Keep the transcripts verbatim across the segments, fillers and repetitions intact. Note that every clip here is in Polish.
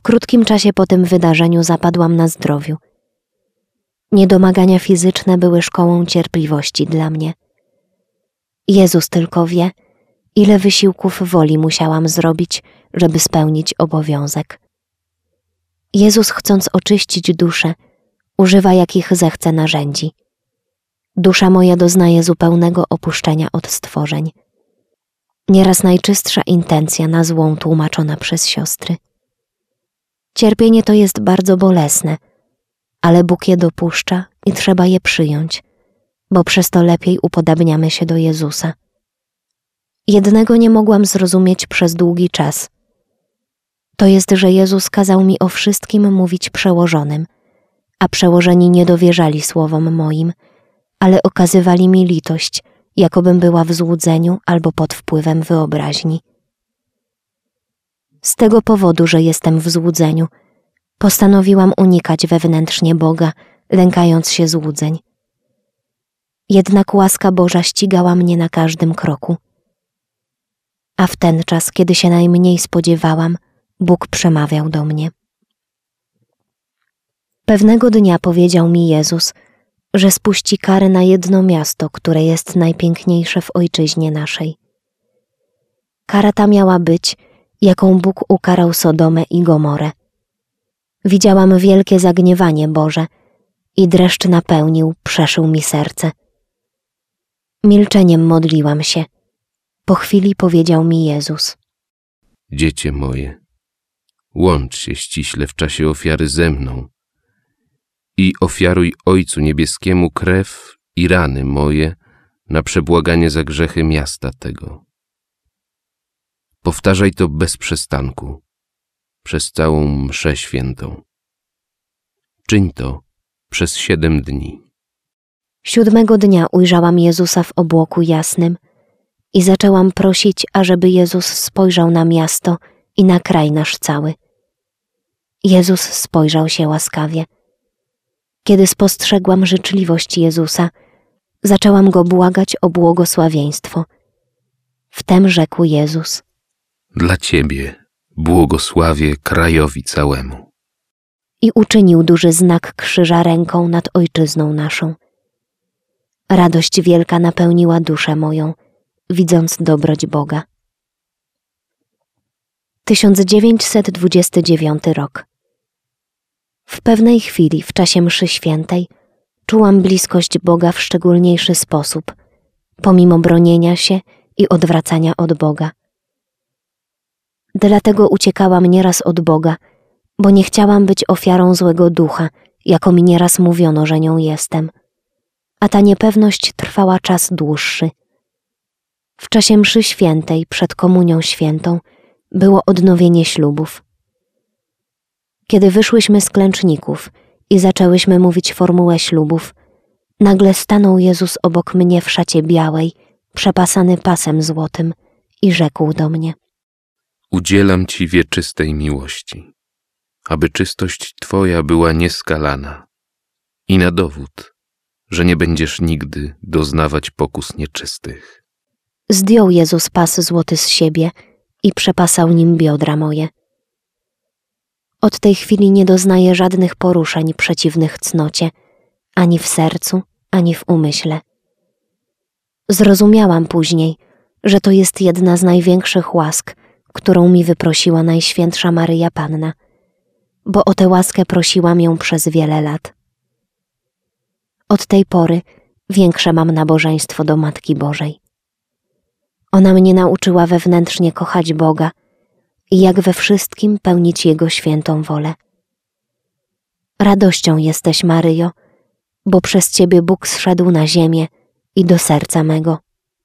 krótkim czasie po tym wydarzeniu zapadłam na zdrowiu. Niedomagania fizyczne były szkołą cierpliwości dla mnie. Jezus tylko wie, ile wysiłków woli musiałam zrobić, żeby spełnić obowiązek. Jezus, chcąc oczyścić duszę, używa jakich zechce narzędzi. Dusza moja doznaje zupełnego opuszczenia od stworzeń. Nieraz najczystsza intencja na złą tłumaczona przez siostry. Cierpienie to jest bardzo bolesne, ale Bóg je dopuszcza i trzeba je przyjąć, bo przez to lepiej upodabniamy się do Jezusa. Jednego nie mogłam zrozumieć przez długi czas. To jest, że Jezus kazał mi o wszystkim mówić przełożonym, a przełożeni nie dowierzali słowom moim, ale okazywali mi litość, jakobym była w złudzeniu albo pod wpływem wyobraźni. Z tego powodu, że jestem w złudzeniu, postanowiłam unikać wewnętrznie Boga, lękając się złudzeń. Jednak łaska Boża ścigała mnie na każdym kroku. A w ten czas, kiedy się najmniej spodziewałam, Bóg przemawiał do mnie. Pewnego dnia powiedział mi Jezus, że spuści karę na jedno miasto, które jest najpiękniejsze w ojczyźnie naszej. Kara ta miała być, jaką Bóg ukarał Sodomę i Gomorę. Widziałam wielkie zagniewanie Boże i dreszcz napełnił, przeszył mi serce. Milczeniem modliłam się. Po chwili powiedział mi Jezus: Dziecię moje, łącz się ściśle w czasie ofiary ze mną i ofiaruj Ojcu Niebieskiemu krew i rany moje na przebłaganie za grzechy miasta tego. Powtarzaj to bez przestanku, przez całą mszę świętą. Czyń to przez siedem dni. Siódmego dnia ujrzałam Jezusa w obłoku jasnym i zaczęłam prosić, ażeby Jezus spojrzał na miasto i na kraj nasz cały. Jezus spojrzał się łaskawie. Kiedy spostrzegłam życzliwość Jezusa, zaczęłam Go błagać o błogosławieństwo. Wtem rzekł Jezus: Dla Ciebie błogosławię krajowi całemu. I uczynił duży znak krzyża ręką nad ojczyzną naszą. Radość wielka napełniła duszę moją, widząc dobroć Boga. tysiąc dziewięćset dwudziesty dziewiąty rok. W pewnej chwili, w czasie mszy świętej, czułam bliskość Boga w szczególniejszy sposób, pomimo bronienia się i odwracania od Boga. Dlatego uciekałam nieraz od Boga, bo nie chciałam być ofiarą złego ducha, jako mi nieraz mówiono, że nią jestem. A ta niepewność trwała czas dłuższy. W czasie mszy świętej, przed komunią świętą, było odnowienie ślubów. Kiedy wyszłyśmy z klęczników i zaczęłyśmy mówić formułę ślubów, nagle stanął Jezus obok mnie w szacie białej, przepasany pasem złotym i rzekł do mnie: Udzielam Ci wieczystej miłości, aby czystość Twoja była nieskalana i na dowód, że nie będziesz nigdy doznawać pokus nieczystych. Zdjął Jezus pas złoty z siebie i przepasał nim biodra moje. Od tej chwili nie doznaję żadnych poruszeń przeciwnych cnocie, ani w sercu, ani w umyśle. Zrozumiałam później, że to jest jedna z największych łask, którą mi wyprosiła Najświętsza Maryja Panna, bo o tę łaskę prosiłam ją przez wiele lat. Od tej pory większe mam nabożeństwo do Matki Bożej. Ona mnie nauczyła wewnętrznie kochać Boga i jak we wszystkim pełnić Jego świętą wolę. Radością jesteś, Maryjo, bo przez Ciebie Bóg zszedł na ziemię i do serca mego.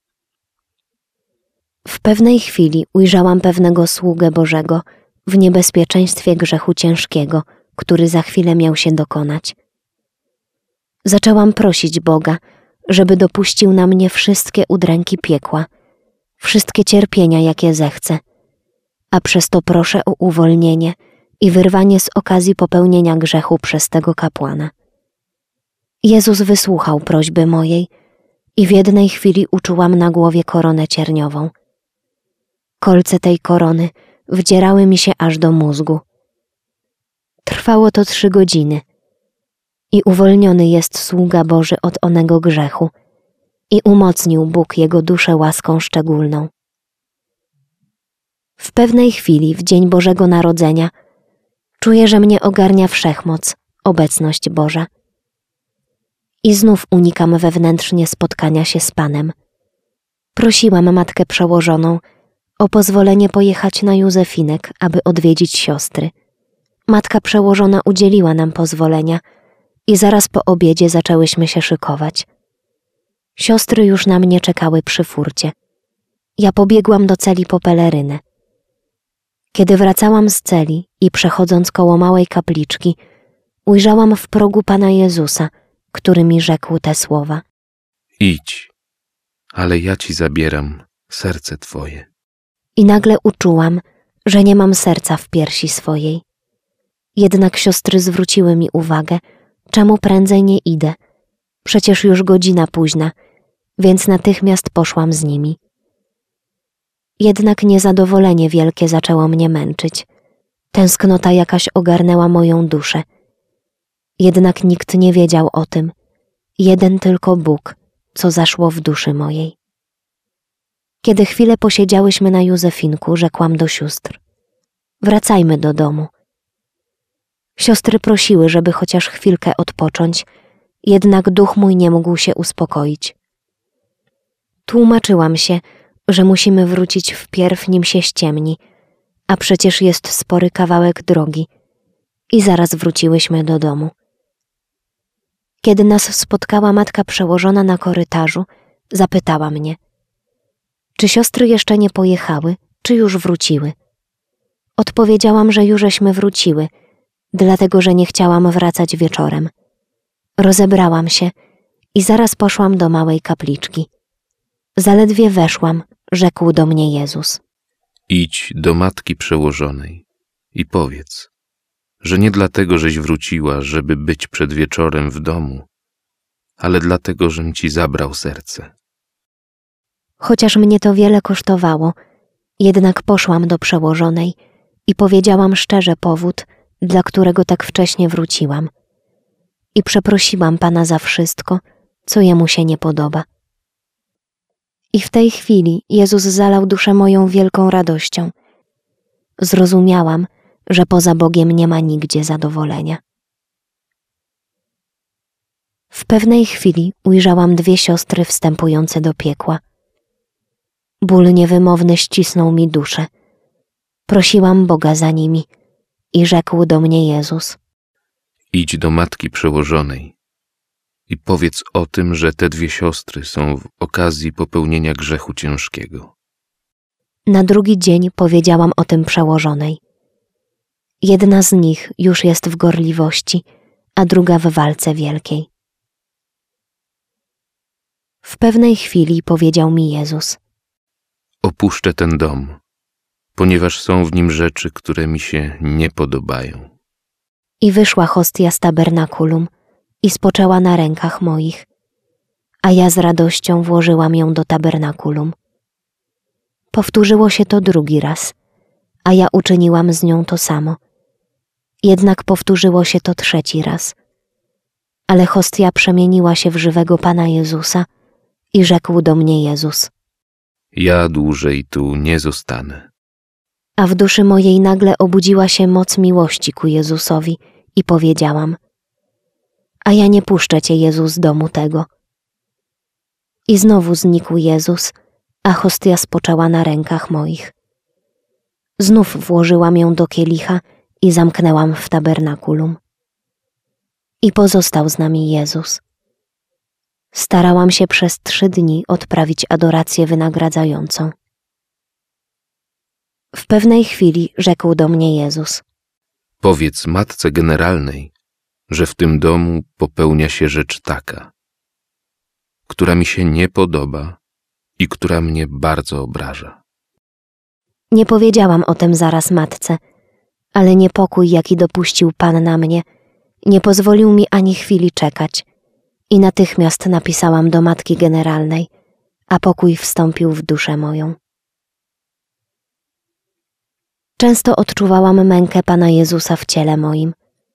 W pewnej chwili ujrzałam pewnego sługę Bożego w niebezpieczeństwie grzechu ciężkiego, który za chwilę miał się dokonać. Zaczęłam prosić Boga, żeby dopuścił na mnie wszystkie udręki piekła, wszystkie cierpienia, jakie zechce, a przez to proszę o uwolnienie i wyrwanie z okazji popełnienia grzechu przez tego kapłana. Jezus wysłuchał prośby mojej i w jednej chwili uczułam na głowie koronę cierniową. Kolce tej korony wdzierały mi się aż do mózgu. Trwało to trzy godziny i uwolniony jest sługa Boży od onego grzechu i umocnił Bóg jego duszę łaską szczególną. W pewnej chwili, w dzień Bożego Narodzenia, czuję, że mnie ogarnia wszechmoc, obecność Boża. I znów unikam wewnętrznie spotkania się z Panem. Prosiłam matkę przełożoną o pozwolenie pojechać na Józefinek, aby odwiedzić siostry. Matka przełożona udzieliła nam pozwolenia i zaraz po obiedzie zaczęłyśmy się szykować. Siostry już na mnie czekały przy furcie. Ja pobiegłam do celi po pelerynę. Kiedy wracałam z celi i przechodząc koło małej kapliczki, ujrzałam w progu Pana Jezusa, który mi rzekł te słowa. Idź, ale ja ci zabieram serce twoje. I nagle uczułam, że nie mam serca w piersi swojej. Jednak siostry zwróciły mi uwagę, czemu prędzej nie idę. Przecież już godzina późna, więc natychmiast poszłam z nimi. Jednak niezadowolenie wielkie zaczęło mnie męczyć. Tęsknota jakaś ogarnęła moją duszę. Jednak nikt nie wiedział o tym. Jeden tylko Bóg, co zaszło w duszy mojej. Kiedy chwilę posiedziałyśmy na Józefinku, rzekłam do sióstr. Wracajmy do domu. Siostry prosiły, żeby chociaż chwilkę odpocząć, jednak duch mój nie mógł się uspokoić. Tłumaczyłam się, że musimy wrócić wpierw, nim się ściemni, a przecież jest spory kawałek drogi, i zaraz wróciłyśmy do domu. Kiedy nas spotkała matka przełożona na korytarzu, zapytała mnie, czy siostry jeszcze nie pojechały, czy już wróciły. Odpowiedziałam, że jużeśmy wróciły, dlatego że nie chciałam wracać wieczorem. Rozebrałam się i zaraz poszłam do małej kapliczki. Zaledwie weszłam, rzekł do mnie Jezus. Idź do matki przełożonej i powiedz, że nie dlatego, żeś wróciła, żeby być przed wieczorem w domu, ale dlatego, żem ci zabrał serce. Chociaż mnie to wiele kosztowało, jednak poszłam do przełożonej i powiedziałam szczerze powód, dla którego tak wcześnie wróciłam. I przeprosiłam Pana za wszystko, co Jemu się nie podoba. I w tej chwili Jezus zalał duszę moją wielką radością. Zrozumiałam, że poza Bogiem nie ma nigdzie zadowolenia. W pewnej chwili ujrzałam dwie siostry wstępujące do piekła. Ból niewymowny ścisnął mi duszę. Prosiłam Boga za nimi i rzekł do mnie Jezus. Idź do matki przełożonej i powiedz o tym, że te dwie siostry są w okazji popełnienia grzechu ciężkiego. Na drugi dzień powiedziałam o tym przełożonej. Jedna z nich już jest w gorliwości, a druga w walce wielkiej. W pewnej chwili powiedział mi Jezus. Opuszczę ten dom, ponieważ są w nim rzeczy, które mi się nie podobają. I wyszła hostia z tabernakulum i spoczęła na rękach moich, a ja z radością włożyłam ją do tabernakulum. Powtórzyło się to drugi raz, a ja uczyniłam z nią to samo. Jednak powtórzyło się to trzeci raz. Ale hostia przemieniła się w żywego Pana Jezusa i rzekł do mnie Jezus. Ja dłużej tu nie zostanę. A w duszy mojej nagle obudziła się moc miłości ku Jezusowi i powiedziałam, a ja nie puszczę Cię, Jezus, z domu tego. I znowu znikł Jezus, a hostia spoczęła na rękach moich. Znów włożyłam ją do kielicha i zamknęłam w tabernakulum. I pozostał z nami Jezus. Starałam się przez trzy dni odprawić adorację wynagradzającą. W pewnej chwili rzekł do mnie Jezus. Powiedz matce generalnej, że w tym domu popełnia się rzecz taka, która mi się nie podoba i która mnie bardzo obraża. Nie powiedziałam o tym zaraz matce, ale niepokój, jaki dopuścił Pan na mnie, nie pozwolił mi ani chwili czekać i natychmiast napisałam do matki generalnej, a pokój wstąpił w duszę moją. Często odczuwałam mękę Pana Jezusa w ciele moim,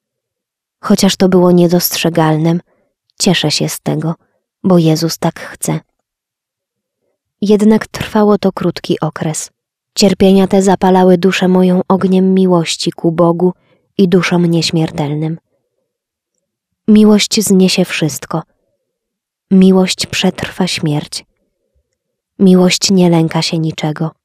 Chociaż to było niedostrzegalnym, cieszę się z tego, bo Jezus tak chce. Jednak trwało to krótki okres. Cierpienia te zapalały duszę moją ogniem miłości ku Bogu i duszom nieśmiertelnym. Miłość zniesie wszystko. Miłość przetrwa śmierć. Miłość nie lęka się niczego.